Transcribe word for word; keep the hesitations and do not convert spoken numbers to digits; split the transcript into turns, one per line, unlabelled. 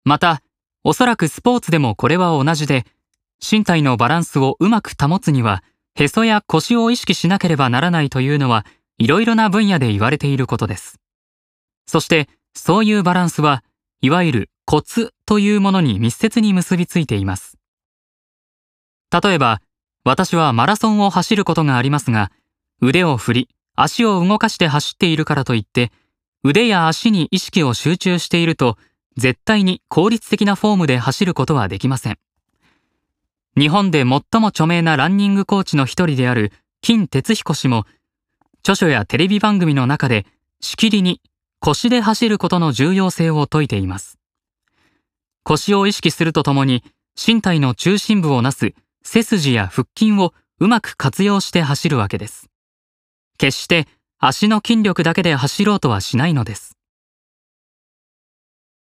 また、おそらくスポーツでもこれは同じで、身体のバランスをうまく保つには、へそや腰を意識しなければならないというのは、いろいろな分野で言われていることです。そして、そういうバランスは、いわゆるコツというものに密接に結びついています。例えば、私はマラソンを走ることがありますが、腕を振り、足を動かして走っているからといって、腕や足に意識を集中していると、絶対に効率的なフォームで走ることはできません。日本で最も著名なランニングコーチの一人である金哲彦氏も、著書やテレビ番組の中でしきりに腰で走ることの重要性を説いています。腰を意識するとともに、身体の中心部をなす背筋や腹筋をうまく活用して走るわけです。決して足の筋力だけで走ろうとはしないのです。